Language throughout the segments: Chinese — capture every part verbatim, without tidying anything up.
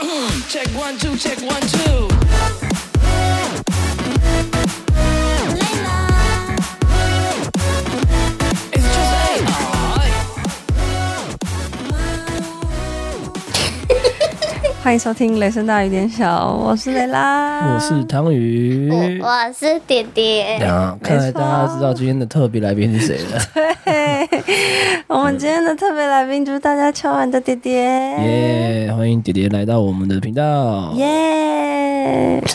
Check one two, check one two. 欢迎收听雷声大雨点小，我是雷拉， 我是汤鱼， 我我是爹爹。 啊，看来大家知道今天的特别来宾是谁了。 对，我们今天的特别来宾就是大家敲完的爹爹。 耶、yeah, 欢迎爹爹来到我们的频道。 耶、yeah ，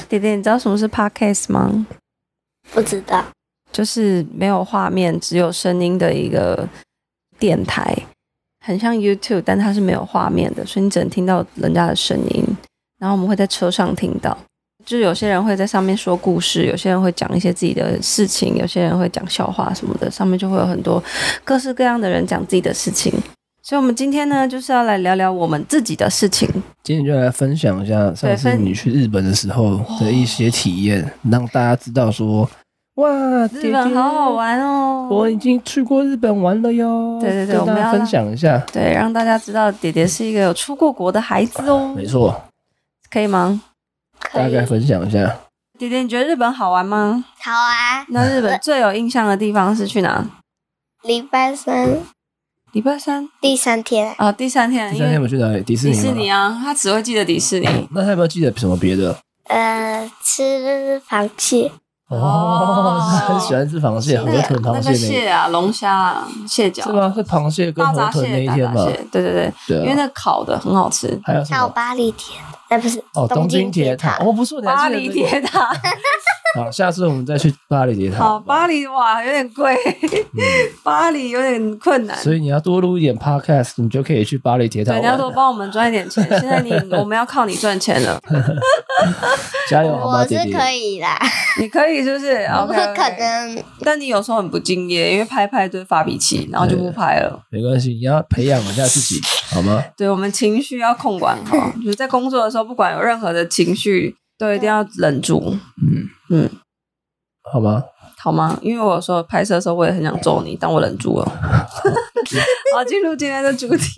爹爹，你知道什么是 podcast 吗？ 不知道， 就是没有画面，只有声音的一个电台。很像 YouTube， 但它是没有画面的，所以你只能听到人家的声音。然后我们会在车上听到，就是有些人会在上面说故事，有些人会讲一些自己的事情，有些人会讲笑话什么的，上面就会有很多各式各样的人讲自己的事情。所以我们今天呢，就是要来聊聊我们自己的事情。 今天就来分享一下上次你去日本的时候的一些体验，让大家知道说，哇， 日本好好玩哦！ 我已经去过日本玩了哟。 对对对， 跟大家分享一下， 对，让大家知道爹爹是一个有出过国的孩子哦。 没错， 可以吗？ 可以。 大概分享一下。 爹爹，你觉得日本好玩吗？ 好啊。 那日本最有印象的地方是去哪？ 礼拜三。 礼拜三。 第三天。 哦，第三天。 第三天我们去哪里？迪士尼。 迪士尼啊，他只会记得迪士尼。 那他有没有记得什么别的？ 呃，吃螃蟹。 哦，很喜欢吃螃蟹，河豚螃蟹那个蟹啊，龙虾啊，蟹脚是吗？是螃蟹跟河豚那一天吗？ 对对对， 对、啊， 因为那烤的很好吃。 还有什么？ 还有巴黎铁塔，哎，不是哦，东京铁塔。哦，不错，你巴黎铁塔。 好，下次我们再去巴黎铁塔。 好，巴黎哇，有点贵，嗯、巴黎有点困难， 所以你要多录一点 podcast， 你就可以去巴黎铁塔玩。 对，你要多帮我们赚一点钱。现在你我们要靠你赚钱了， 加油好吗？ 我是可以啦， 你可以是不是？ 我不可能， 但你有时候很不敬业，因为拍拍就会发脾气，然后就不拍了。 没关系，你要培养一下自己，好吗？ 对，我们情绪要控管好，就是在工作的时候，不管有任何的情绪，都一定要忍住。嗯嗯。 好吗？ 好吗？因为我有时候拍摄的时候，我也很想揍你，但我忍住了。好，进入今天的主题。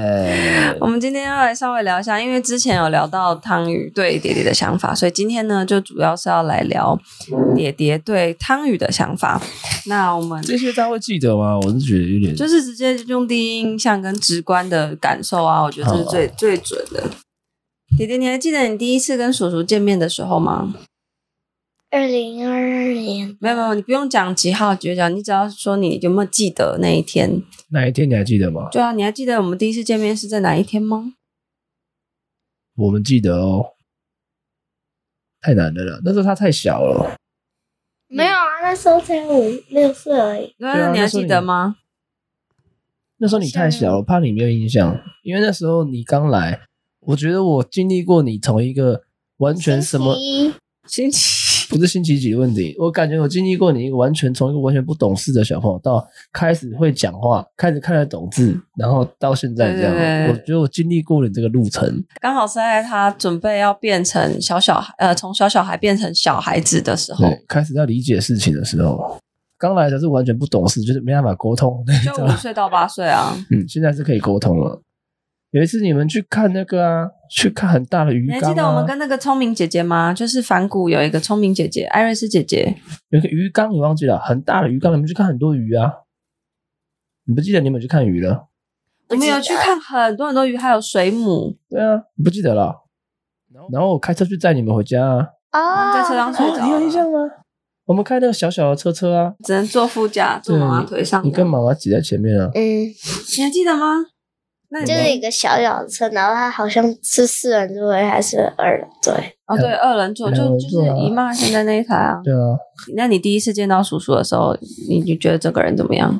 OK， 我们今天要来稍微聊一下，因为之前有聊到汤鱼对爹爹的想法，所以今天呢，就主要是要来聊爹爹对汤鱼的想法。那我们这些大家会记得吗？我是觉得有点， 就是直接用第一印象跟直观的感受啊，我觉得这是最最准的。爹爹，你还记得你第一次跟叔叔见面的时候吗？ 二零二二年。 没有没有，你不用讲几号几号，你只要说你有没有记得那一天。 哪一天你还记得吗？ 对啊，你还记得我们第一次见面是在哪一天吗？ 我们记得哦，太难了啦，那时候他太小了。 没有啊，那时候才五六岁而已。 对啊，你还记得吗？ 那时候你太小了，怕你没有印象，因为那时候你刚来，我觉得我经历过你从一个完全什么星期不是星期几的问题，我感觉我经历过你一个完全从一个完全不懂事的小朋友到开始会讲话，开始看得懂字，然后到现在这样， 对对对， 我觉得我经历过你这个路程， 刚好是在他准备要变成小小孩，呃，从小小孩变成小孩子的时候， 对，开始要理解事情的时候，刚来的是完全不懂事，就是没办法沟通， 就五岁到八岁啊， 嗯，现在是可以沟通了。有一次你们去看那个啊，去看很大的鱼缸、啊、 你还记得我们跟那个聪明姐姐吗？就是反骨有一个聪明姐姐，艾瑞斯姐姐， 有一个鱼缸，你忘记了？很大的鱼缸，你们去看很多鱼啊。你不记得你们去看鱼了？ 我们有去看很多很多鱼，还有水母。 对啊，你不记得了？然后我开车去载你们回家啊。 哦， 在车上睡着、 哦，你有印象吗？我们开那个小小的车车啊， 只能坐副驾，坐妈妈腿上。 你跟妈妈挤在前面啊。 嗯， 你还记得吗？那就是一个小小的车，然后它好像是四人座位还是二人座位？ 哦，对，二人座，就就是姨妈现在那一台啊。 对啊。 那你第一次见到叔叔的时候，你就觉得这个人怎么样？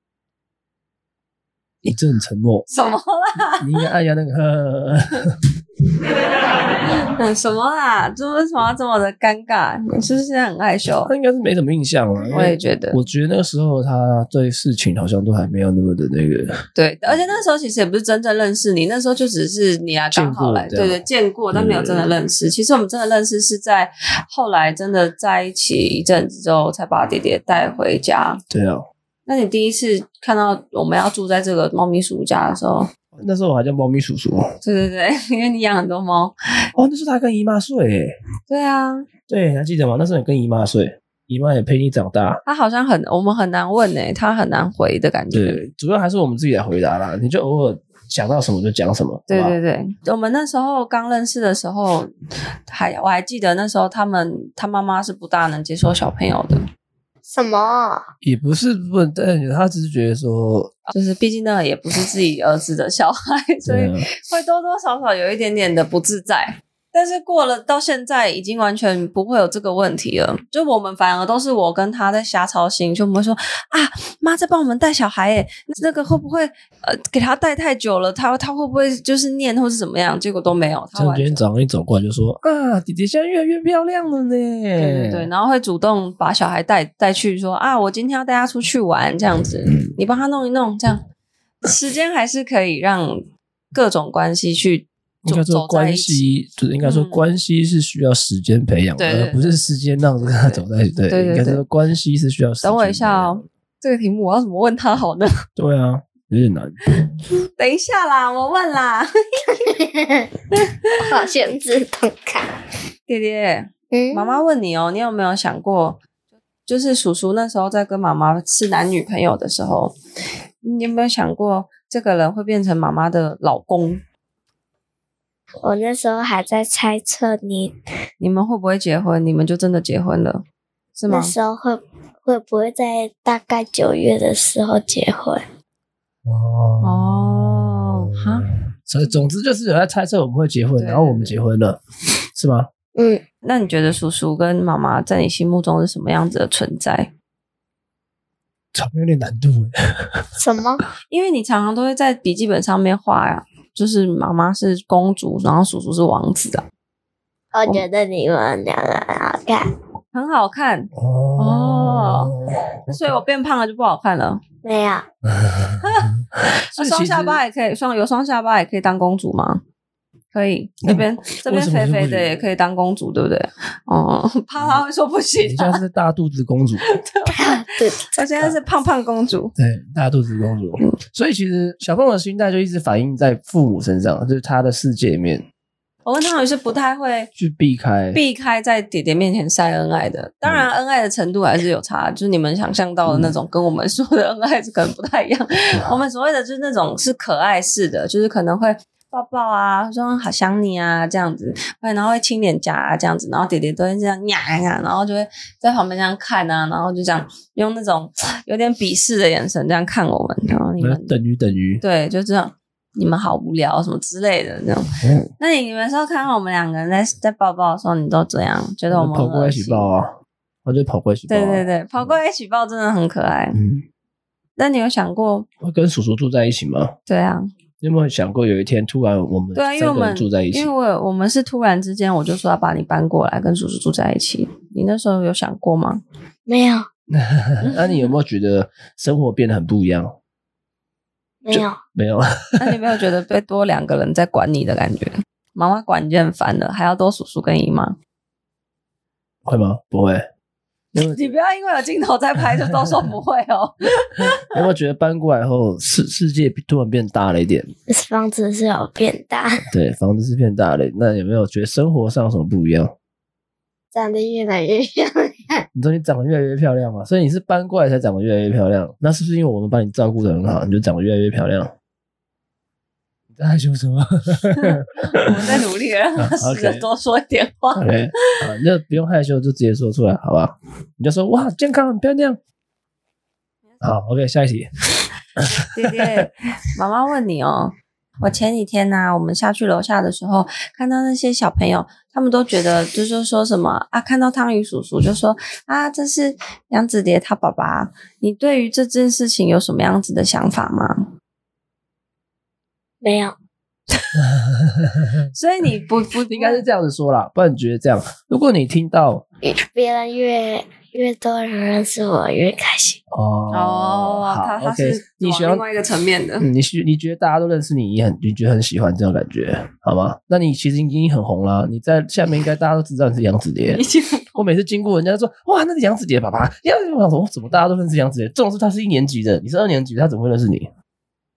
一阵沉默。 什么啦？ 你应该按一下那个呵呵呵。 嗯，什么啦？这为什么要这么的尴尬？你是不是现在很害羞？ 他应该是没什么印象了。 我也觉得， 我觉得那个时候他对事情好像都还没有那么的那个。 对，而且那时候其实也不是真正认识你，那时候就只是你啊刚好来，对对，见过，但没有真的认识。其实我们真的认识是在后来真的在一起一阵子之后，才把爹爹带回家。 对啊。 那你第一次看到我们要住在这个猫咪叔家的时候， 那时候我还叫猫咪叔叔。 对对对，因为你养很多猫。 哦，那时候他跟姨妈睡诶。 对啊， 对，还记得吗？那时候你跟姨妈睡，姨妈也陪你长大。 他好像很，我们很难问诶，他很难回的感觉。 对，主要还是我们自己来回答啦，你就偶尔想到什么就讲什么。 对对对，我们那时候刚认识的时候，还我还记得那时候他们他妈妈是不大能接受小朋友的。 什么？ 也不是不能，但他只是觉得说， 就是毕竟那个也不是自己儿子的小孩，所以会多多少少有一点点的不自在。但是过了到现在，已经完全不会有这个问题了。就我们反而都是我跟他在瞎操心，就我们会说啊，妈在帮我们带小孩耶，那个会不会呃给他带太久了，他他会不会就是念或是怎么样？结果都没有。他像今天早上一走过来就说啊，弟弟现在越来越漂亮了呢。对对对，然后会主动把小孩带带去说啊，我今天要带他出去玩，这样子，你帮他弄一弄，这样时间还是可以让各种关系去。 应该说关系，就是应该说关系是需要时间培养的， 嗯、 而不是时间让跟他走在一起。对，应该说关系是需要时间。 等我一下哦，这个题目我要怎么问他好呢？ 对啊，有点难。 等一下啦，我问啦。 好像自动卡。 爹爹， 嗯， 妈妈问你哦，你有没有想过，就是叔叔那时候在跟妈妈是男女朋友的时候，你有没有想过这个人会变成妈妈的老公？ 我那时候还在猜测你， 你们会不会结婚？你们就真的结婚了，是吗？ 那时候会会不会在大概九月的时候结婚？ 哦，哈， 所以总之就是有在猜测我们会结婚，然后我们结婚了，是吗？ 嗯， 那你觉得叔叔跟妈妈在你心目中是什么样子的存在？ 常有点难度诶。 什么？ 因为你常常都会在笔记本上面画呀。就是妈妈是公主，然后叔叔是王子啊。 我觉得你们两个很好看， 很好看哦。哦，所以我变胖了就不好看了？ 没有。 那双下巴也可以，双有双下巴也可以当公主吗？可以，这边这边肥肥的也可以当公主，对不对？哦，怕他会说不行。 你现在是大肚子公主， 对， 我现在是胖胖公主， 对，大肚子公主。所以其实小朋友的心态就一直反映在父母身上，就是他的世界里面。 我跟汤宇是不太会去避开避开在爹爹面前晒恩爱的，当然恩爱的程度还是有差，就是你们想象到的那种跟我们说的恩爱是可能不太一样。我们所谓的就是那种是可爱式的，就是可能会抱抱啊，说好想你啊这样子，然后会亲脸颊啊这样子，然后爹爹都会这样呀呀，然后就会在旁边这样看啊，然后就这样用那种有点鄙视的眼神这样看我们，然后你们等于等于对，就这样。你们好无聊什么之类的那种、嗯、那你们时候看到我们两个人在在抱抱的时候你都怎样觉得我们跑过来一起抱啊，我就跑过来一起抱、啊、 对对对，跑过来一起抱真的很可爱。嗯，那你有想过会跟叔叔住在一起吗？ 对啊， 你有没有想过有一天突然我们对啊，因为我们住在一起， 因为我我们是突然之间我就说要把你搬过来跟叔叔住在一起，你那时候有想过吗？ 没有。 那你有没有觉得生活变得很不一样？ 没有， 没有。 那你没有觉得被多两个人在管你的感觉？妈妈管你就很烦了，还要多叔叔跟姨妈， 会吗？不会。 你不要因为有镜头在拍就都说不会哦。 有没有觉得搬过来后世世界突然变大了一点？ 房子是有变大， 对，房子是变大了。那有没有觉得生活上有什么不一样？ 长得越来越漂亮。 你说你长得越来越漂亮嘛？所以你是搬过来才长得越来越漂亮？那是不是因为我们把你照顾得很好，你就长得越来越漂亮？你在害羞什么？ 我们在努力让他试着多说一点话。 OK， 啊，那不用害羞，就直接说出来，好吧？你就说哇，健康很漂亮。好 ，OK， 下一题。 爹爹，妈妈问你哦。我前几天呢、啊，我们下去楼下的时候，看到那些小朋友，他们都觉得就是说什么啊，看到汤宇叔叔就说啊，这是杨子蝶他爸爸。你对于这件事情有什么样子的想法吗？ 没有。 所以你不不应该是这样子说啦，不然你觉得这样？如果你听到别人越越多人认识我，越开心。 哦哦，他他是你喜欢另外一个层面的。 嗯，你喜你觉得大家都认识你，你很你觉得很喜欢这种感觉，好吗？那你其实已经很红了，你在下面应该大家都知道你是杨子蝶。我每次经过人家说哇，那是杨子蝶爸爸，杨子蝶我想说怎么大家都认识杨子蝶？这种事他是一年级的，你是二年级的，他怎么会认识你？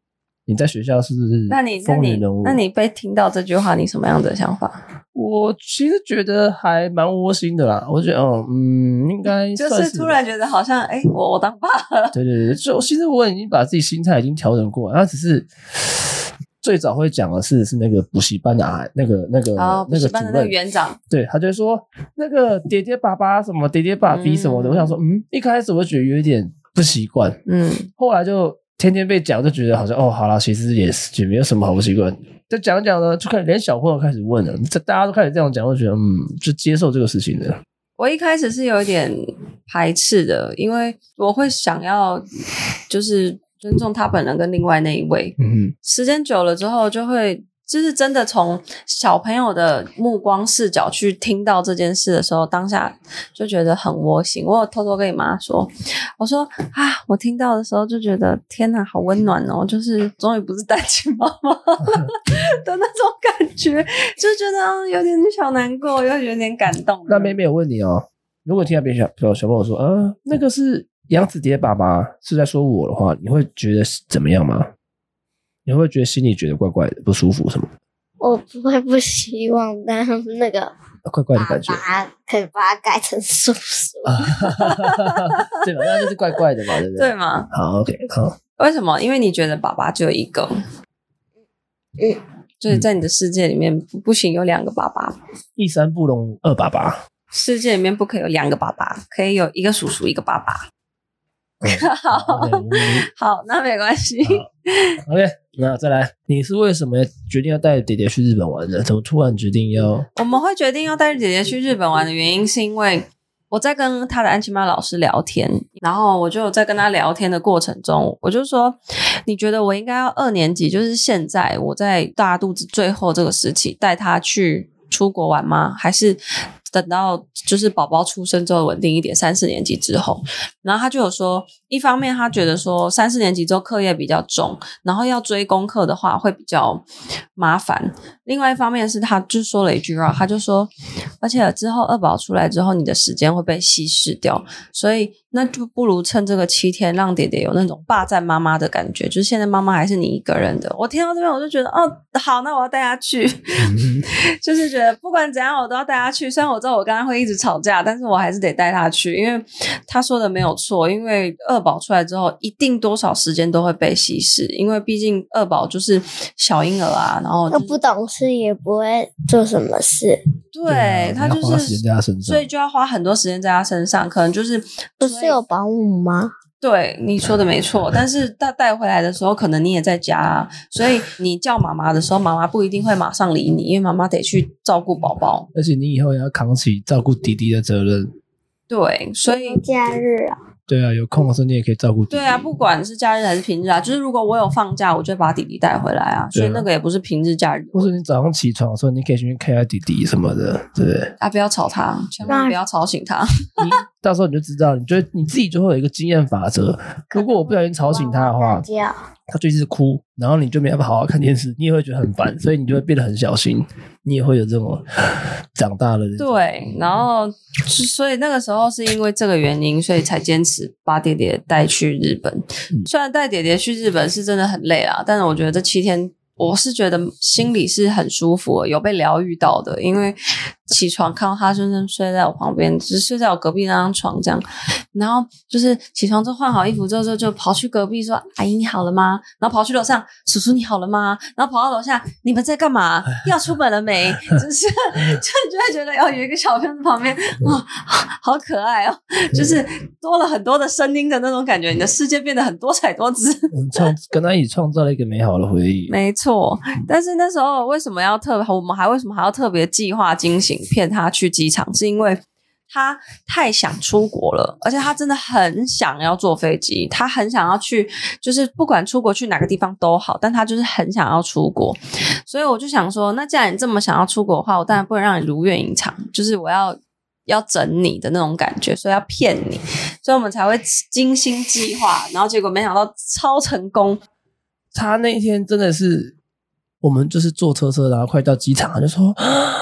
你在学校是不是那你风云人物？ 那你那你被听到这句话，你什么样的想法？ 我其实觉得还蛮窝心的啦。我觉得，哦，嗯，应该就算是突然觉得好像，哎、欸，我我当爸了。 对对对，就其实我已经把自己心态已经调整过来，他只是最早会讲的是是那个补习班的啊，那个那个、 哦、 那个补习班的那个园长， 对，他就说那个爹爹爸爸什么爹爹爸比什么的，嗯、我想说，嗯，一开始我就觉得有一点不习惯，嗯，后来就天天被讲，就觉得好像哦，好啦，其实也是也没有什么好不习惯。就讲讲呢，就开始连小朋友开始问了，这大家都开始这样讲，我觉得嗯，就接受这个事情的。 我一开始是有一点排斥的，因为我会想要就是尊重他本人跟另外那一位。嗯，时间久了之后，就会就是真的从小朋友的目光视角去听到这件事的时候，当下就觉得很窝心。我有偷偷跟你妈说，我说啊，我听到的时候就觉得天哪，好温暖哦，就是终于不是单亲妈妈的那种感觉，就觉得、啊、有点小难过，又有点感动。 那妹妹有问你哦，如果听到别人小小朋友说，啊，那个是杨子蝶爸爸是在说我的话，你会觉得怎么样吗？你会不会觉得心里觉得怪怪的不舒服什么？ 我不会不希望，但是那个怪怪的感觉， 把它可以把它改成叔叔， 对吧？那就是怪怪的嘛，对不对？ 对吗？ 好 ，OK， 好。 为什么？因为你觉得爸爸只有一个，嗯，就是在你的世界里面不不行有两个爸爸， 一山不容二爸爸， 世界里面不可以有两个爸爸，可以有一个叔叔一个爸爸。好，好，那没关系。 OK， 那再来，你是为什么决定要带姐姐去日本玩的？怎么突然决定要？ 我们会决定要带姐姐去日本玩的原因，是因为我在跟他的安亲班老师聊天，然后我就在跟他聊天的过程中，我就说，你觉得我应该要二年级，就是现在我在大肚子最后这个时期带他去出国玩吗？还是等到就是宝宝出生之后稳定一点，三四年级之后？然后他就有说，一方面他觉得说三四年级之后课业比较重，然后要追功课的话会比较麻烦。另外一方面是他就说了一句话，他就说，而且之后二宝出来之后，你的时间会被稀释掉，所以那就不如趁这个七天让爹爹有那种霸占妈妈的感觉，就是现在妈妈还是你一个人的。我听到这边我就觉得，哦，好，那我要带他去，就是觉得不管怎样我都要带他去。虽然我知道我跟他会一直吵架，但是我还是得带他去，因为他说的没有错，因为二宝出来之后一定多少时间都会被稀释，因为毕竟二宝就是小婴儿啊，然后、就是、 不懂事也不会做什么事， 对，他就是花时间在他身上， 所以就要花很多时间在他身上，可能就是不是有保姆吗？ 对，你说的没错，但是他带回来的时候可能你也在家啊，所以你叫妈妈的时候，妈妈不一定会马上理你，因为妈妈得去照顾宝宝， 而且你以后也要扛起照顾弟弟的责任。 对，所以假日啊， 对啊，有空的时候你也可以照顾弟弟。 对啊，不管是假日还是平日啊，就是如果我有放假，我就把弟弟带回来啊，所以那个也不是平日假日。 或是你早上起床的时候，你可以先去看下弟弟什么的，对不对？ 啊，不要吵他，千万不要吵醒他。 你到时候你就知道，你觉得你自己就会有一个经验法则。如果我不小心吵醒他的话，他就一直哭，然后你就没办法好好看电视，你也会觉得很烦，所以你就会变得很小心，你也会有这种长大了。 对，然后所以那个时候是因为这个原因，所以才坚持把爹爹带去日本。嗯、虽然带爹爹去日本是真的很累啦，但是我觉得这七天我是觉得心里是很舒服的，有被疗愈到的，因为起床看到他真正睡在我旁边，只是睡在我隔壁那张床这样，然后就是起床之后换好衣服之后就就跑去隔壁说阿姨你好了吗？然后跑去楼上叔叔你好了吗？然后跑到楼下你们在干嘛？要出门了没？就是就就会觉得哦有一个小朋友在旁边哇、哦、好可爱哦，就是多了很多的声音的那种感觉，你的世界变得很多彩多姿， 创跟他一起创造了一个美好的回忆。 没错，但是那时候为什么要特我们还为什么还要特别计划惊醒骗他去机场，是因为他太想出国了，而且他真的很想要坐飞机，他很想要去，就是不管出国去哪个地方都好，但他就是很想要出国，所以我就想说，那既然你这么想要出国的话，我当然不能让你如愿以偿，就是我要要整你的那种感觉，所以要骗你，所以我们才会精心计划，然后结果没想到超成功。 他那天真的是，我们就是坐车车，然后快到机场，他就说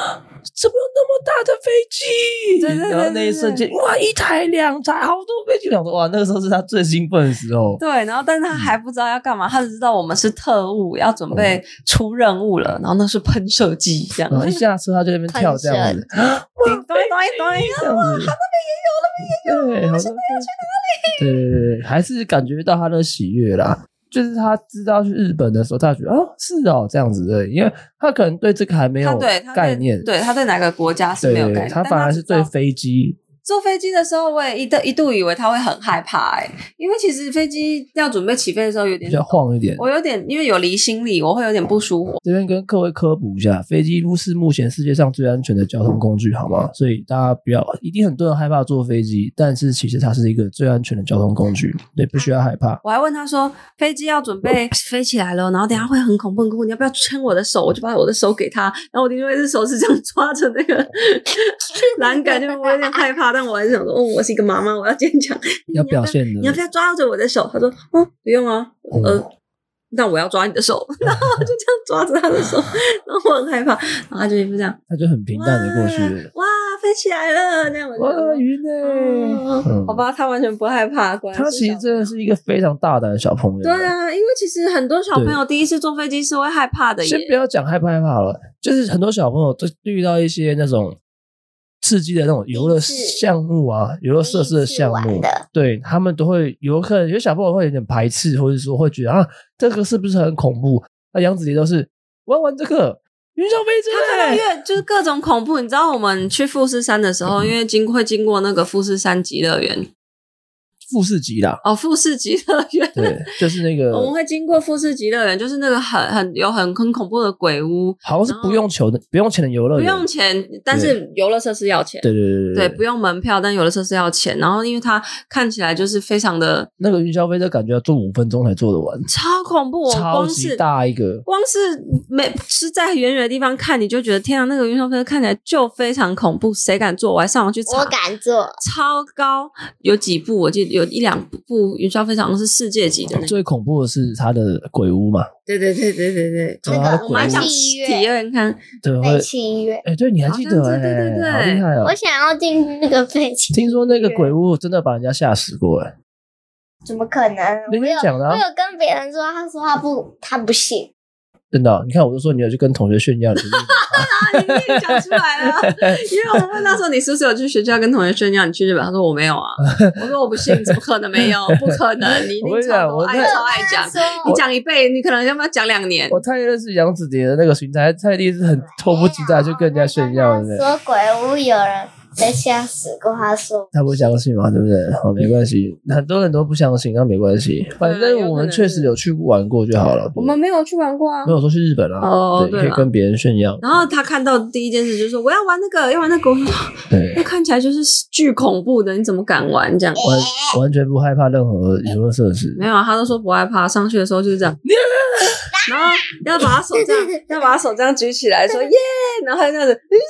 怎么有那么大的飞机？ 对对对对对， 然后那一瞬间，哇，一台两台，好多飞机！想说哇，那个时候是他最兴奋的时候。 对，然后但是他还不知道要干嘛，他只知道我们是特务，要准备出任务了。然后那是喷射机，这样。 然后一下车他就在那边跳这样子， 叮咚咚咚， 这样子。他那边也有，那边也有，对，好像要去哪里？对对对，还是感觉到他的喜悦啦。就是他知道去日本的时候，他觉得哦是哦这样子的，因为他可能对这个还没有概念， 对他对哪个国家是没有概念， 他反而是对飞机。 坐飞机的时候，我也一度一度以为他会很害怕哎、欸，因为其实飞机要准备起飞的时候有点比较晃一点， 我有点因为有离心力，我会有点不舒服。 这边跟各位科普一下，飞机是目前世界上最安全的交通工具，好吗？所以大家不要，一定很多人害怕坐飞机，但是其实它是一个最安全的交通工具，对，不需要害怕。 我还问他说，飞机要准备飞起来了，然后等一下会很恐怖很恐怖，你要不要牵我的手？我就把我的手给他，然后我另外一只手是这样抓着那个栏杆，就我有点害怕，但我还是想说，哦，我是一个妈妈，我要坚强， 要表现的。 你要不要抓着我的手？他说，哦，不用啊， 嗯、 呃，那我要抓你的手，然后我就这样抓着他的手，然后我很害怕，然后他就一副这样， 他就很平淡的过去了， 哇，飞起来了，这样我就哇，云呢、 哦嗯？好吧，他完全不害怕， 他其实真的是一个非常大胆的小朋友。 对啊，因为其实很多小朋友第一次坐飞机是会害怕的耶。 先不要讲害不害怕了，就是很多小朋友都遇到一些那种刺激的那种游乐项目啊，游乐设施的项目，对他们都会有可能有小朋友会有点排斥，或者说会觉得啊，这个是不是很恐怖？那杨子迪都是我要玩这个云霄飞车、欸， 他看到越就是各种恐怖。你知道我们去富士山的时候，嗯、因为经会经过那个富士山极乐园。 富士极啦， 哦，富士极乐园， 对，就是那个我们会经过富士极乐园，就是那个很很有很很恐怖的鬼屋， 好像是不用球的，不用钱的游乐园， 不用钱，但是游乐设施要钱， 对对对对, 对，不用门票，但游乐设施要钱。然后因为它看起来就是非常的， 那个云霄飞车感觉要坐五分钟才坐得完， 超恐怖， 超级大一个， 光是没是在远远的地方看，你就觉得天啊，那个云霄飞车看起来就非常恐怖，谁敢坐？我还上网去查， 我敢坐， 超高，有几部我记得有一两部。云霄飞车好像是世界级的， 最恐怖的是它的鬼屋嘛？ 对对对对对对， 那个我蛮想体验看， 对， 废弃医院。 哎，对，你还记得哎、欸， 对对对， 好厉害哦！ 我想要进那个废弃。 听说那个鬼屋真的把人家吓死过哎， 怎么可能？ 人家讲的、啊， 我有跟别人说，他说他不，他不信。 真的、哦，你看，我就说你有去跟同学炫耀，你你已经讲出来了。因为我问他说你是不是有去学校跟同学炫耀你去日本？他说我没有啊。我说我不信，怎么可能没有？不可能，你一定超多爱超爱讲，你讲一倍，你可能要不要讲两年？ 我太认识杨子蝶的那个邢台蔡弟是很迫不及待就跟人家炫耀的。 说鬼屋有人被吓死过，他说他不相信嘛，对不对？好，没关系，很多人都不相信，那没关系，反正我们确实有去玩过就好了。 我们没有去玩过啊， 没有说去日本啊， 哦， 对，可以跟别人炫耀。 然后他看到第一件事就是说我要玩那个，要玩那个， 对， 那看起来就是巨恐怖的，你怎么敢玩这样？ 完完全不害怕任何游乐设施。 没有啊，他都说不害怕，上去的时候就是这样。然后要把他手这样，要把他手这样举起来，说耶，然后他这样子，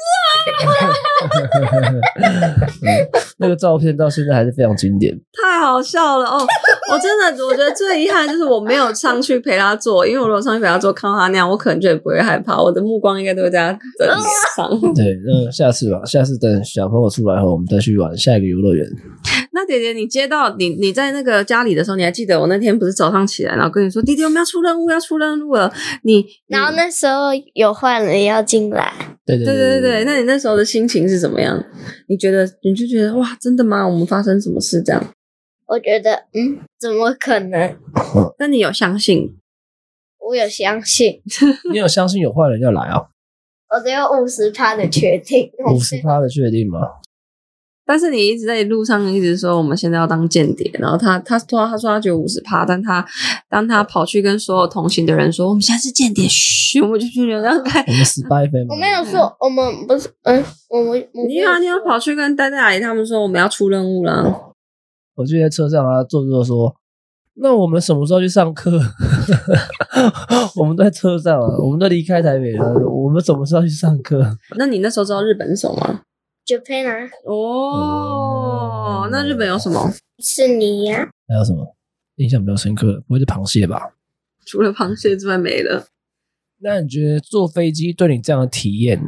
嗯，那个照片到现在还是非常经典， 太好笑了哦！我真的我觉得最遗憾就是我没有上去陪他做，因为我如果上去陪他做，看到他那样，我可能就也不会害怕，我的目光应该都会在他的脸上。 对，那下次吧，下次等小朋友出来后，我们再去玩下一个游乐园。 那姐姐，你接到你你在那个家里的时候，你还记得我那天不是早上起来，然后跟你说弟弟我们要出任务，要出任务了。你然后那时候有坏人要进来， 对对对对对对，那你那时候的心情是怎么样？你觉得你就觉得哇，真的吗？我们发生什么事这样？ 我觉得嗯，怎么可能？ 那你有相信？ 我有相信， 你有相信有坏人要来啊？ 我只有五十趴的确定， 五十趴的确定吗？ 但是你一直在路上一直说我们现在要当间谍，然后他他说他说他只有五十趴，但他当他跑去跟所有同行的人说我们现在是间谍，嘘，我们就去这样看。 我们spy family， 我没有说我们不是，嗯，我们你好，你有跑去跟戴戴阿姨他们说我们要出任务了。 我就在车上啊，坐着说，那我们什么时候去上课？我们都在车上啊，我们都离开台北了，我们什么时候去上课？ 那你那时候知道日本是什么吗？ Japan 啊， 哦、嗯，那日本有什么？ 是你呀、啊。 还有什么印象比较深刻的？不会是螃蟹吧？ 除了螃蟹之外没了。 那你觉得坐飞机对你这样的体验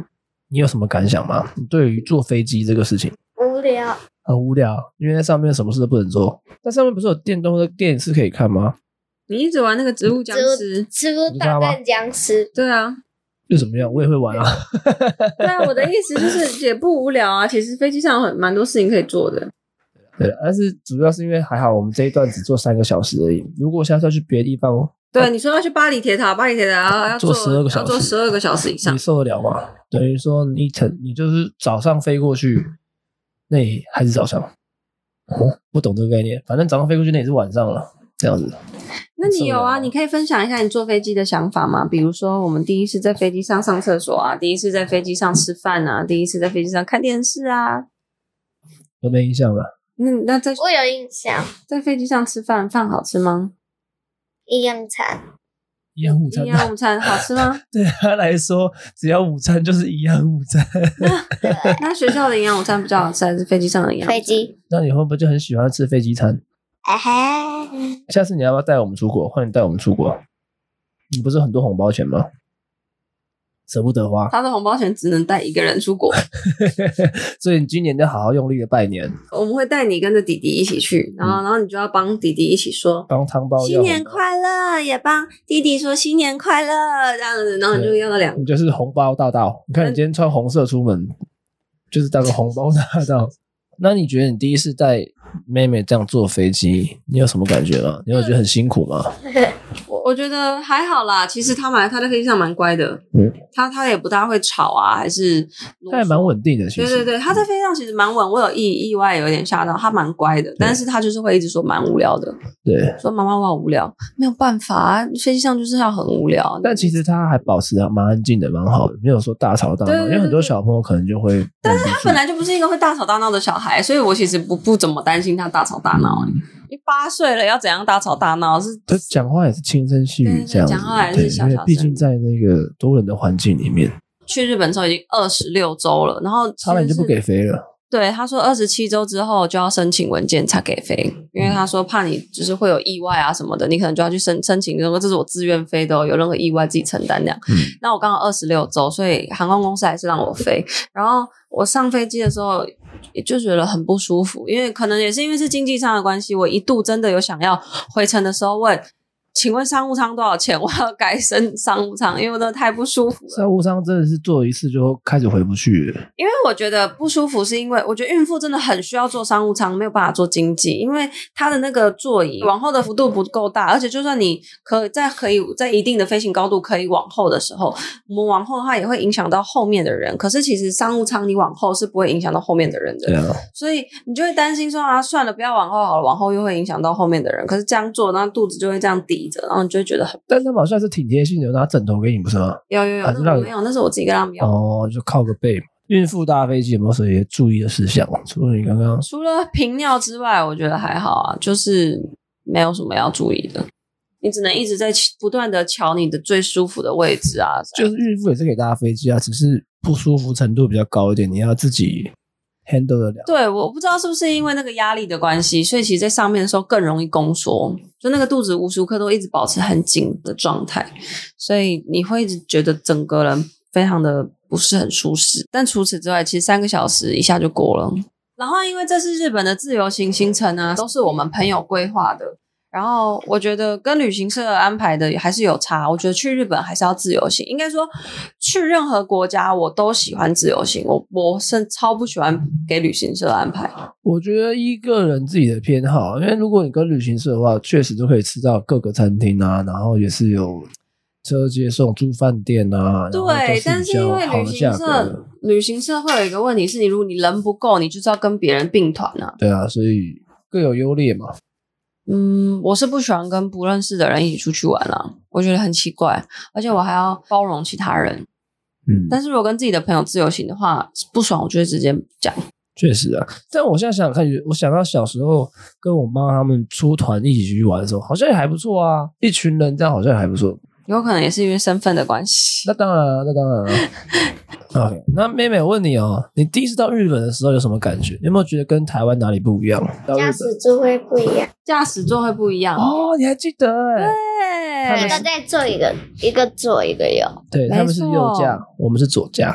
你有什么感想吗？你对于坐飞机这个事情？ 无聊， 很无聊，因为在上面什么事都不能做。在上面不是有电动的电视可以看吗？ 你一直玩那个植物僵尸， 植物大战僵尸， 对啊， 又怎么样？我也会玩啊。 对啊，我的意思就是也不无聊啊。其实飞机上有很蛮多事情可以做的。 对，但是主要是因为还好我们这一段只坐三个小时而已。如果下次要去别的地方， 对、啊、你说要去巴黎铁塔，巴黎铁塔要坐十二个小时， 要坐十二个小时以上， 你受得了吗？等于说你你就是早上飞过去，那也还是早上。哦，不懂这个概念，反正早上飞过去那也是晚上了，这样子。 那你有啊？你可以分享一下你坐飞机的想法吗？比如说，我们第一次在飞机上上厕所啊，第一次在飞机上吃饭啊，第一次在飞机上看电视啊， 都没印象了。 嗯，那在我有印象， 在飞机上吃饭，饭好吃吗？ 一样餐， 一样午餐， 一样午餐好吃吗？ 对他来说，只要午餐就是一样午餐。 那那学校的营养午餐比较好吃，还是飞机上的营养？ 飞机。 那你会不会就很喜欢吃飞机餐？ 啊哈！ 下次你要不要带我们出国？欢迎带我们出国。你不是很多红包钱吗？舍不得花， 他的红包钱只能带一个人出国， 所以你今年要好好用力的拜年。 我们会带你跟着弟弟一起去，然后、嗯、然后你就要帮弟弟一起说帮汤包新年快乐，也帮弟弟说新年快乐这样子，然后你就要了两个， 你就是红包大道。你看你今天穿红色出门，就是当个红包大道。那你觉得你第一次带妹妹这样坐飞机，你有什么感觉吗？你有觉得很辛苦吗？ 我我觉得还好啦，其实他蛮他在飞机上蛮乖的，嗯，他他也不大会吵啊，还是他也蛮稳定的，其实对对对，他在飞机上其实蛮稳，我有意意外有点吓到，他蛮乖的，但是他就是会一直说蛮无聊的， 对， 说妈妈我好无聊，没有办法啊，飞机上就是要很无聊， 但其实他还保持蛮安静的，蛮好的，没有说大吵大闹，因为很多小朋友可能就会， 但是他本来就不是一个会大吵大闹的小孩，所以我其实不不怎么担心他大吵大闹、欸。你八岁了，要怎样大吵大闹？是他讲话也是轻声细语这样子， 讲话还是小小声， 因为毕竟在那个多人的环境里面。 去日本之后已经二十六周了，然后差点就不给飞了。 对，他说二十七周之后就要申请文件才给飞，因为他说怕你就是会有意外啊什么的，你可能就要去申申请，说这是我自愿飞的、哦，有任何意外自己承担那样。嗯、那我刚好二十六周，所以航空公司还是让我飞。然后我上飞机的时候也就觉得很不舒服，因为可能也是因为是经济舱的关系，我一度真的有想要回程的时候问。请问商务舱多少钱？我要改升商务舱，因为我真的太不舒服了。 商务舱真的是坐一次就开始回不去了。 因为我觉得不舒服，是因为我觉得孕妇真的很需要坐商务舱，没有办法坐经济，因为它的那个座椅往后的幅度不够大，而且就算你可在可以在一定的飞行高度可以往后的时候，我们往后它也会影响到后面的人。可是其实商务舱你往后是不会影响到后面的人的， 对啊， 所以你就会担心说啊，算了，不要往后好了，往后又会影响到后面的人。可是这样做，然后肚子就会这样抵。然后你就会觉得很， 但他们好像是挺贴心的，有拿枕头给你，不是吗？ 有有有，那我没有，那是我自己跟他们要。 哦，就靠个背嘛。孕妇搭飞机有没有什么注意的事项？除了你刚刚除了频尿之外，我觉得还好啊，就是没有什么要注意的。你只能一直在不断的瞧你的最舒服的位置啊。 就是孕妇也是可以搭飞机啊，只是不舒服程度比较高一点，你要自己handle 得了。 对，我不知道是不是因为那个压力的关系，所以其实在上面的时候更容易宫缩，就那个肚子无时无刻都一直保持很紧的状态，所以你会一直觉得整个人非常的不是很舒适。但除此之外，其实三个小时一下就过了。然后因为这是日本的自由行行程啊，都是我们朋友规划的。然后我觉得跟旅行社安排的还是有差，我觉得去日本还是要自由行，应该说去任何国家我都喜欢自由行，我我是超不喜欢给旅行社安排。 我觉得依个人自己的偏好，因为如果你跟旅行社的话，确实都可以吃到各个餐厅啊，然后也是有车接送、住饭店啊， 对，但是因为旅行社旅行社会有一个问题是，你如果你人不够，你就是要跟别人并团啊。 对啊，所以各有优劣嘛。 嗯，我是不喜欢跟不认识的人一起出去玩啦，我觉得很奇怪，而且我还要包容其他人。嗯，但是如果跟自己的朋友自由行的话，不爽我就会直接讲。 确实啊，但我现在想想看，我想到小时候跟我妈他们出团一起去玩的时候，好像也还不错啊，一群人这样好像也还不错。 有可能也是因为身份的关系。 那当然了，那当然了。OK， 那妹妹，我问你哦，你第一次到日本的时候有什么感觉？有没有觉得跟台湾哪里不一样？ 驾驶座会不一样， 驾驶座会不一样哦，你还记得哎？ 对， 一个在坐一个，一个左一个右。 对，他们是右驾，我们是左驾。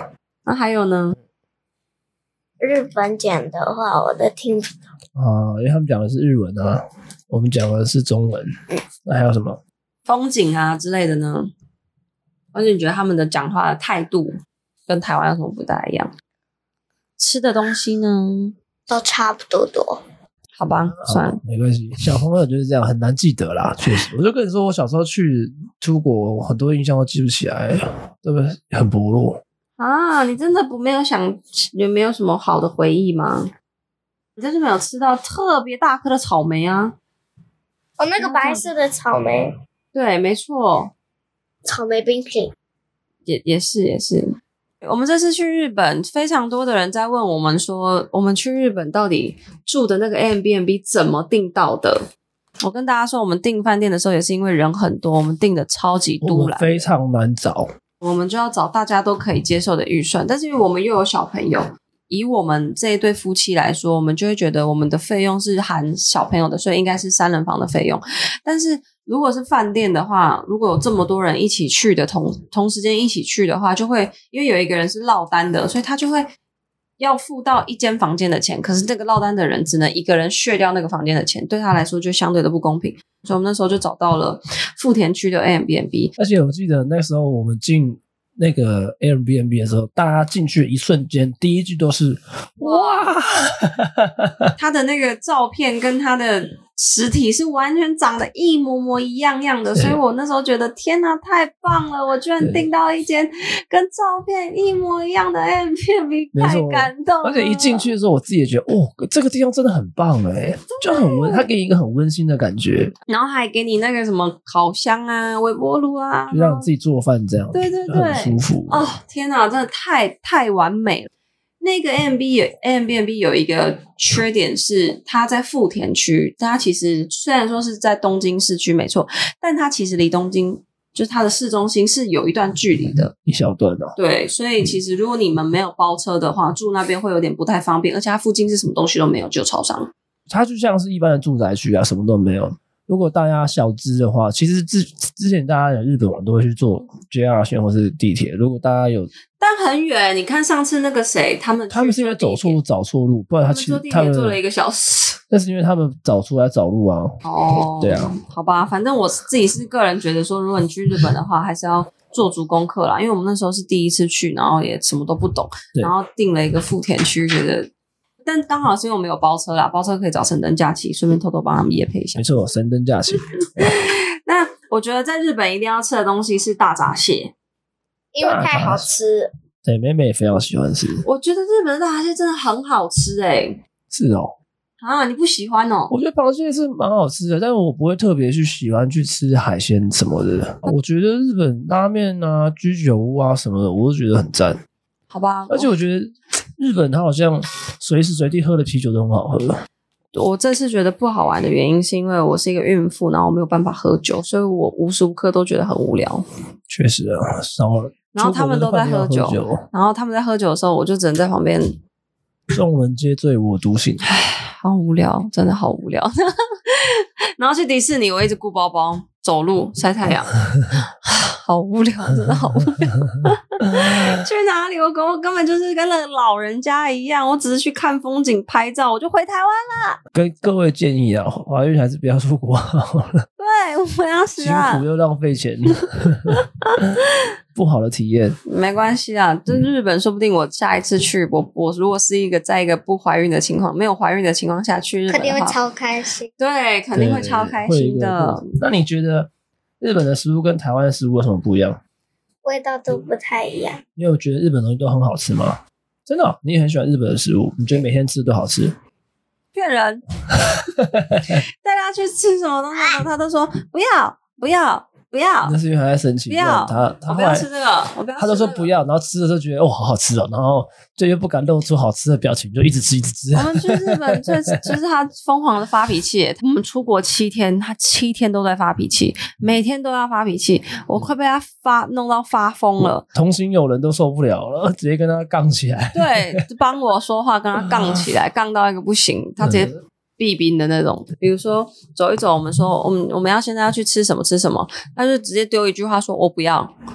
那还有呢？ 日本讲的话，我都听不懂啊，因为他们讲的是日文啊，我们讲的是中文。那还有什么风景啊之类的呢？而且你觉得他们的讲话的态度跟台湾有什么不大一样？吃的东西呢？ 都差不多多。 好吧，算了， 没关系。小朋友就是这样，很难记得啦。确实，我就跟你说，我小时候去出国，很多印象都记不起来，对不对？很薄弱啊！你真的不没有想有没有什么好的回忆吗？你在日本有吃到特别大颗的草莓啊？ 哦，那个白色的草莓， 对，没错， 草莓冰淇淋， 也也是也是。我们这次去日本，非常多的人在问我们说，我们去日本到底住的那个 Airbnb 怎么订到的？我跟大家说，我们订饭店的时候也是因为人很多，我们订的超级突然， 非常难找。 我们就要找大家都可以接受的预算，但是因为我们又有小朋友，以我们这一对夫妻来说，我们就会觉得我们的费用是含小朋友的，所以应该是三人房的费用。但是如果是饭店的话，如果有这么多人一起去的同同时间一起去的话，就会因为有一个人是落单的，所以他就会要付到一间房间的钱，可是这个落单的人只能一个人削掉那个房间的钱，对他来说就相对的不公平。所以我们那时候就找到了富田区的 Airbnb。 而且我记得那时候我们进那个 Airbnb 的时候，大家进去的一瞬间第一句都是哇他的那个照片跟他的实体是完全长得一模模一样样的，所以我那时候觉得天哪，太棒了，我居然订到一间跟照片一模一样的 Airbnb， 太感动了。 而且一进去的时候我自己也觉得哦，这个地方真的很棒耶，就很温，它给你一个很温馨的感觉， 然后还给你那个什么烤箱啊、微波炉啊， 就让你自己做饭这样， 对对对， 很舒服。 哦，天哪，真的太太完美了。那个 Airbnb 有 Airbnb 有一个缺点是，它在富田区，它其实虽然说是在东京市区没错，但它其实离东京就是它的市中心是有一段距离的， 一小段哦。 对，所以其实如果你们没有包车的话，住那边会有点不太方便，而且它附近是什么东西都没有，只有超商。 它就像是一般的住宅区啊，什么都没有。如果大家小资的话，其实之之前大家有日本玩都会去坐 J R 线或是地铁。如果大家有， 但很远，你看上次那个谁，他们他们是因为走错路找错路，不然他其实他们坐了一个小时。 那是因为他们找出来找路啊。 哦，对啊，好吧，反正我自己是个人觉得说，如果你去日本的话，还是要做足功课啦，因为我们那时候是第一次去，然后也什么都不懂，然后订了一个富田区，觉得。但刚好是因为我们有包车啦，包车可以找神灯假期，顺便偷偷帮他们业配一下。 没错，神灯假期。 那我觉得在日本一定要吃的东西是大闸蟹， 因为太好吃。 对，妹妹也非常喜欢吃。 我觉得日本的大闸蟹真的很好吃诶、欸。 是哦。 啊，你不喜欢哦？ 我觉得螃蟹是蛮好吃的，但是我不会特别去喜欢去吃海鲜什么的。我觉得日本拉面啊、居酒屋啊什么的，我都觉得很赞。 好吧， 而且我觉得日本它好像随时随地喝的啤酒都很好喝。 我这次觉得不好玩的原因是因为我是一个孕妇，然后我没有办法喝酒，所以我无时无刻都觉得很无聊。 确实啊，少了。 然后他们都在喝酒， 喝酒然后他们在喝酒的时候，我就只能在旁边。 众人皆醉我独醒。 好无聊，真的好无聊。然后去迪士尼，我一直顾包包、走路、晒太阳，好无聊，真的好无聊。去哪里？我跟我根本就是跟那个老人家一样，我只是去看风景、拍照，我就回台湾了。 跟各位建议啊，怀孕还是不要出国好了。 对，我要死啊！ 辛苦又浪费钱。不好的体验。 没关系啦，这日本说不定我下一次去，我我如果是一个在一个不怀孕的情况，没有怀孕的情况下去日本的话， 肯定会超开心。 对，肯定会超开心的。 那你觉得日本的食物跟台湾的食物有什么不一样？ 味道都不太一样。 你有觉得日本东西都很好吃吗？真的、哦，你也很喜欢日本的食物，你觉得每天吃都好吃？ 骗人！带他去吃什么东西，他都说不要不要不要。 那是因为他在生气。 不要， 他他我不要吃这个，我不要吃这个。 他都说不要，然后吃的时候觉得哦好好吃哦，然后就又不敢露出好吃的表情，就一直吃一直吃。 我们去日本最就是他疯狂的发脾气。我们出国七天，他七天都在发脾气，每天都要发脾气，我快被他发弄到发疯了。 同行友人都受不了了，直接跟他杠起来。 对，帮我说话，跟他杠起来，杠到一个不行，他直接避冰的那种。比如说走一走，我们说我们我们要现在要去吃什么吃什么，他就直接丢一句话说我不要。嗯、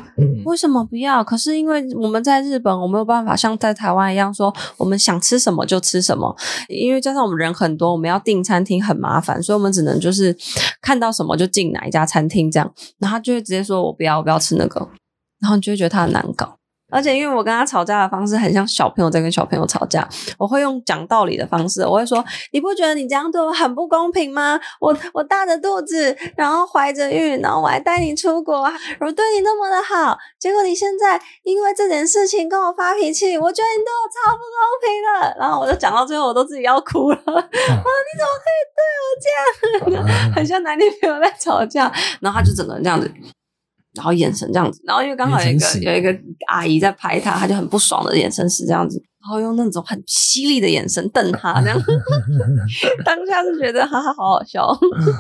为什么不要？可是因为我们在日本，我没有办法像在台湾一样说我们想吃什么就吃什么，因为加上我们人很多，我们要订餐厅很麻烦，所以我们只能就是看到什么就进哪一家餐厅这样，然后他就会直接说我不要我不要吃那个，然后你就会觉得他很难搞。而且因为我跟他吵架的方式很像小朋友在跟小朋友吵架，我会用讲道理的方式，我会说你不觉得你这样对我很不公平吗？我我大着肚子，然后怀着孕，然后我还带你出国，我对你那么的好，结果你现在因为这件事情跟我发脾气，我觉得你对我超不公平的。然后我就讲到最后我都自己要哭了，啊，你怎么可以对我这样？很像男女朋友在吵架，然后他就整个人这样子，然后眼神这样子，然后因为刚好有一个有一个阿姨在拍他，他就很不爽的眼神是这样子，然后用那种很犀利的眼神瞪他，这样当下是觉得哈哈好好笑。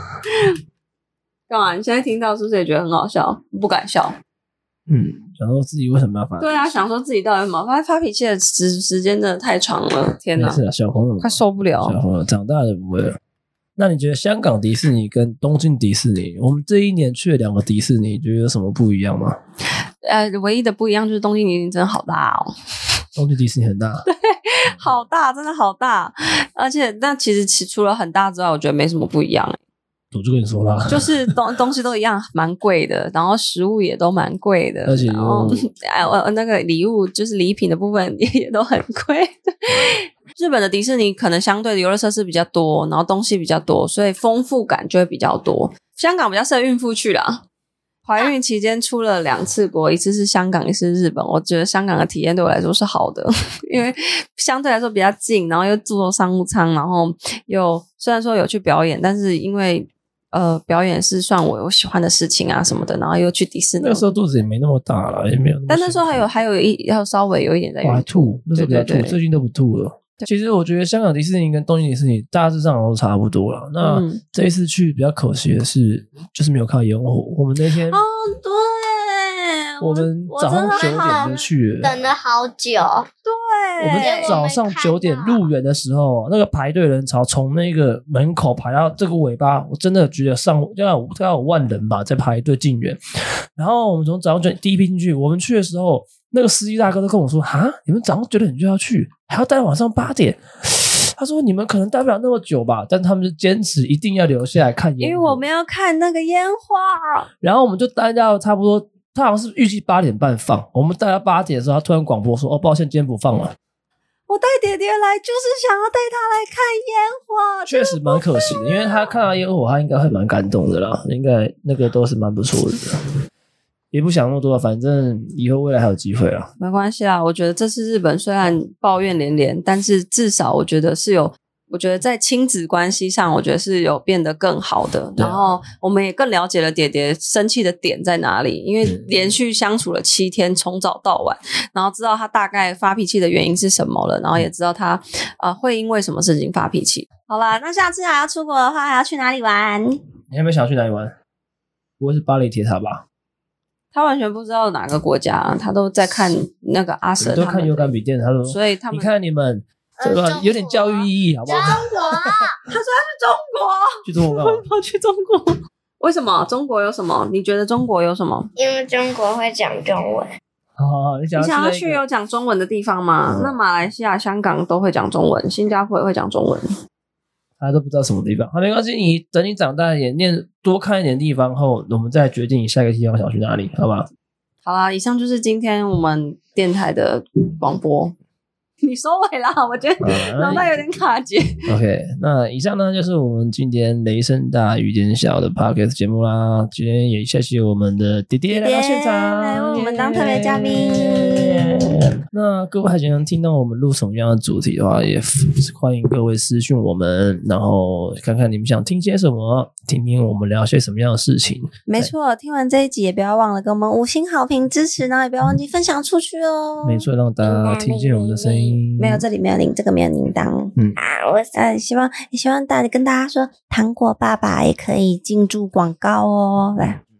干嘛？你现在听到是不是也觉得很好笑？不敢笑。 嗯，想说自己为什么要发？ 对啊，想说自己到底有没有发发脾气的时时间真的太长了，天哪！ 是啊，小朋友快受不了。 小朋友长大了不会了。那你觉得香港迪士尼跟东京迪士尼，我们这一年去了两个迪士尼，觉得有什么不一样吗？ 呃，唯一的不一样就是东京迪士尼真的好大哦。 东京迪士尼很大， 对，好大，真的好大。而且，但其实其除了很大之外，我觉得没什么不一样。 我就跟你说啦， 就是东东西都一样，蛮贵的，然后食物也都蛮贵的， 而且然后哎，我那个礼物就是礼品的部分也也都很贵。日本的迪士尼可能相对的游乐设施比较多，然后东西比较多，所以丰富感就会比较多。香港比较适合孕妇去啦。怀孕期间出了两次国，一次是香港，一次是日本。我觉得香港的体验对我来说是好的，因为相对来说比较近，然后又坐商务舱，然后又虽然说有去表演，但是因为呃表演是算我我喜欢的事情啊什么的，然后又去迪士尼。 那时候肚子也没那么大了，也没有那么。 但那时候还有还有一还有稍微有一点在还吐，那时候比较吐， 对对对最近都不吐了。其实我觉得香港迪士尼跟东京迪士尼大致上都差不多了。那、嗯、这一次去比较可惜的是，就是没有看到烟火。我们那天哦，对， 我们早上九点就去了， 等了好久。对， 我们早上九点入园的时候，那个排队人潮从那个门口排到这个尾巴，我真的觉得上要要有万人吧在排队进园。然后我们从早上九点第一批进去，我们去的时候。那个司机大哥都跟我说：“哈，你们早上九点就要去，还要待到晚上八点。”他说：“你们可能待不了那么久吧，但他们就坚持一定要留下来看烟火， 因为我们要看那个烟花。”然后我们就待到差不多，他好像是预计八点半放，我们待到八点的时候，他突然广播说：“哦，抱歉，今天不放了。” 我带爹爹来就是想要带他来看烟花， 确实蛮可惜的，因为他看到烟火，他应该会蛮感动的啦，应该那个都是蛮不错的。也不想那么多，反正以后未来还有机会啦。 没关系啦，我觉得这次日本虽然抱怨连连，但是至少我觉得是有，我觉得在亲子关系上，我觉得是有变得更好的。啊、然后我们也更了解了爹爹生气的点在哪里，因为连续相处了七天，从早到晚，然后知道他大概发脾气的原因是什么了，然后也知道他呃会因为什么事情发脾气。好啦，那下次还要出国的话，还要去哪里玩？ 你有没有想去哪里玩？不会是巴黎铁塔吧？ 他完全不知道哪个国家，他都在看那个阿舍， 都看有感笔电，他说， 所以他们你看你们这个有点教育意义，好不好？ 中国， 他说他去中国，去中国干嘛？ 跑去中国？为什么？中国有什么？你觉得中国有什么？ 因为中国会讲中文。 哦，你想要去、那個、 你想要去有讲中文的地方吗？嗯、那马来西亚、香港都会讲中文，新加坡也会讲中文。 他都不知道什么地方，好，没关系，你等你长大一点，念多看一点地方后，我们再决定你下一个地方想去哪里，好吧？ 好啦，以上就是今天我们电台的广播。你收尾啦，我觉得脑袋有点卡结。 OK， 那以上呢就是我们今天雷声大雨点小的 Podcast 节目啦。今天也谢谢我们的爹爹来到现场， 来为我们当特别嘉宾。 那各位还想听到我们录什么样的主题的话，也欢迎各位私讯我们，然后看看你们想听些什么，听听我们聊些什么样的事情。 没错，听完这一集也不要忘了给我们五星好评支持，然后也不要忘记分享出去哦。 没错，让大家听见我们的声音。 没有，这里没有铃，这个没有铃铛。 嗯啊，我呃希望也希望大家跟大家说，糖果爸爸也可以进驻广告哦。来，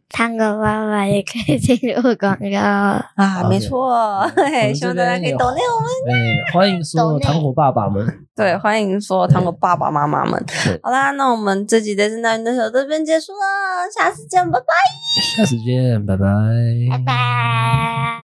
糖果爸爸也可以进入广告啊，没错，嘿，希望大家可以抖内我们。 对，欢迎所有糖果爸爸们。 对，欢迎所有糖果爸爸妈妈们。好啦，那我们这集的圣诞歌手到这边结束了，下次见，拜拜。 下次见，拜拜， 拜拜。